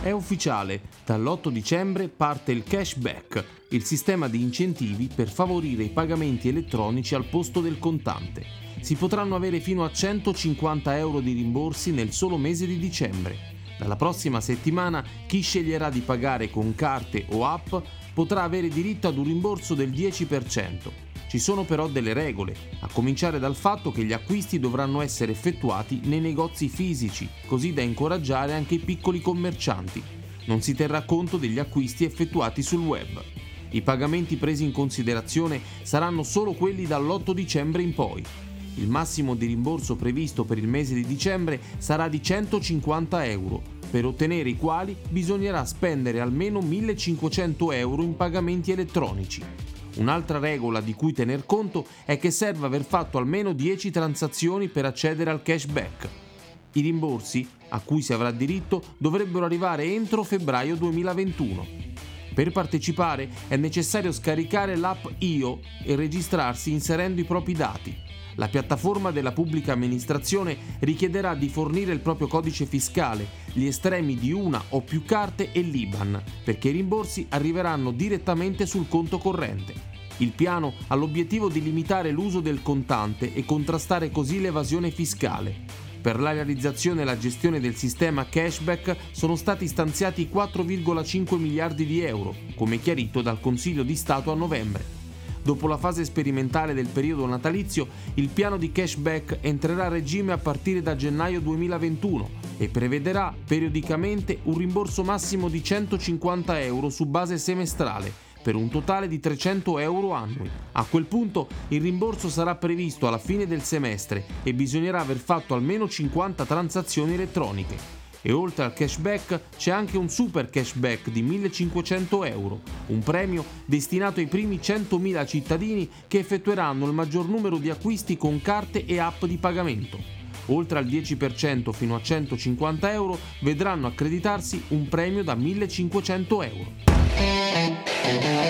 È ufficiale, dall'8 dicembre parte il cashback, il sistema di incentivi per favorire i pagamenti elettronici al posto del contante. Si potranno avere fino a 150 euro di rimborsi nel solo mese di dicembre. Dalla prossima settimana chi sceglierà di pagare con carte o app potrà avere diritto ad un rimborso del 10%. Ci sono però delle regole, a cominciare dal fatto che gli acquisti dovranno essere effettuati nei negozi fisici, così da incoraggiare anche i piccoli commercianti. Non si terrà conto degli acquisti effettuati sul web. I pagamenti presi in considerazione saranno solo quelli dall'8 dicembre in poi. Il massimo di rimborso previsto per il mese di dicembre sarà di 150 euro, per ottenere i quali bisognerà spendere almeno 1.500 euro in pagamenti elettronici. Un'altra regola di cui tener conto è che serve aver fatto almeno 10 transazioni per accedere al cashback. I rimborsi, a cui si avrà diritto, dovrebbero arrivare entro febbraio 2021. Per partecipare è necessario scaricare l'app IO e registrarsi inserendo i propri dati. La piattaforma della pubblica amministrazione richiederà di fornire il proprio codice fiscale, gli estremi di una o più carte e l'IBAN, perché i rimborsi arriveranno direttamente sul conto corrente. Il piano ha l'obiettivo di limitare l'uso del contante e contrastare così l'evasione fiscale. Per la realizzazione e la gestione del sistema cashback sono stati stanziati 4,5 miliardi di euro, come chiarito dal Consiglio di Stato a novembre. Dopo la fase sperimentale del periodo natalizio, il piano di cashback entrerà a regime a partire da gennaio 2021 e prevederà periodicamente un rimborso massimo di 150 euro su base semestrale, per un totale di 300 euro annui. A quel punto il rimborso sarà previsto alla fine del semestre e bisognerà aver fatto almeno 50 transazioni elettroniche. E oltre al cashback c'è anche un super cashback di 1.500 euro, un premio destinato ai primi 100.000 cittadini che effettueranno il maggior numero di acquisti con carte e app di pagamento. Oltre al 10% fino a 150 euro vedranno accreditarsi un premio da 1.500 euro.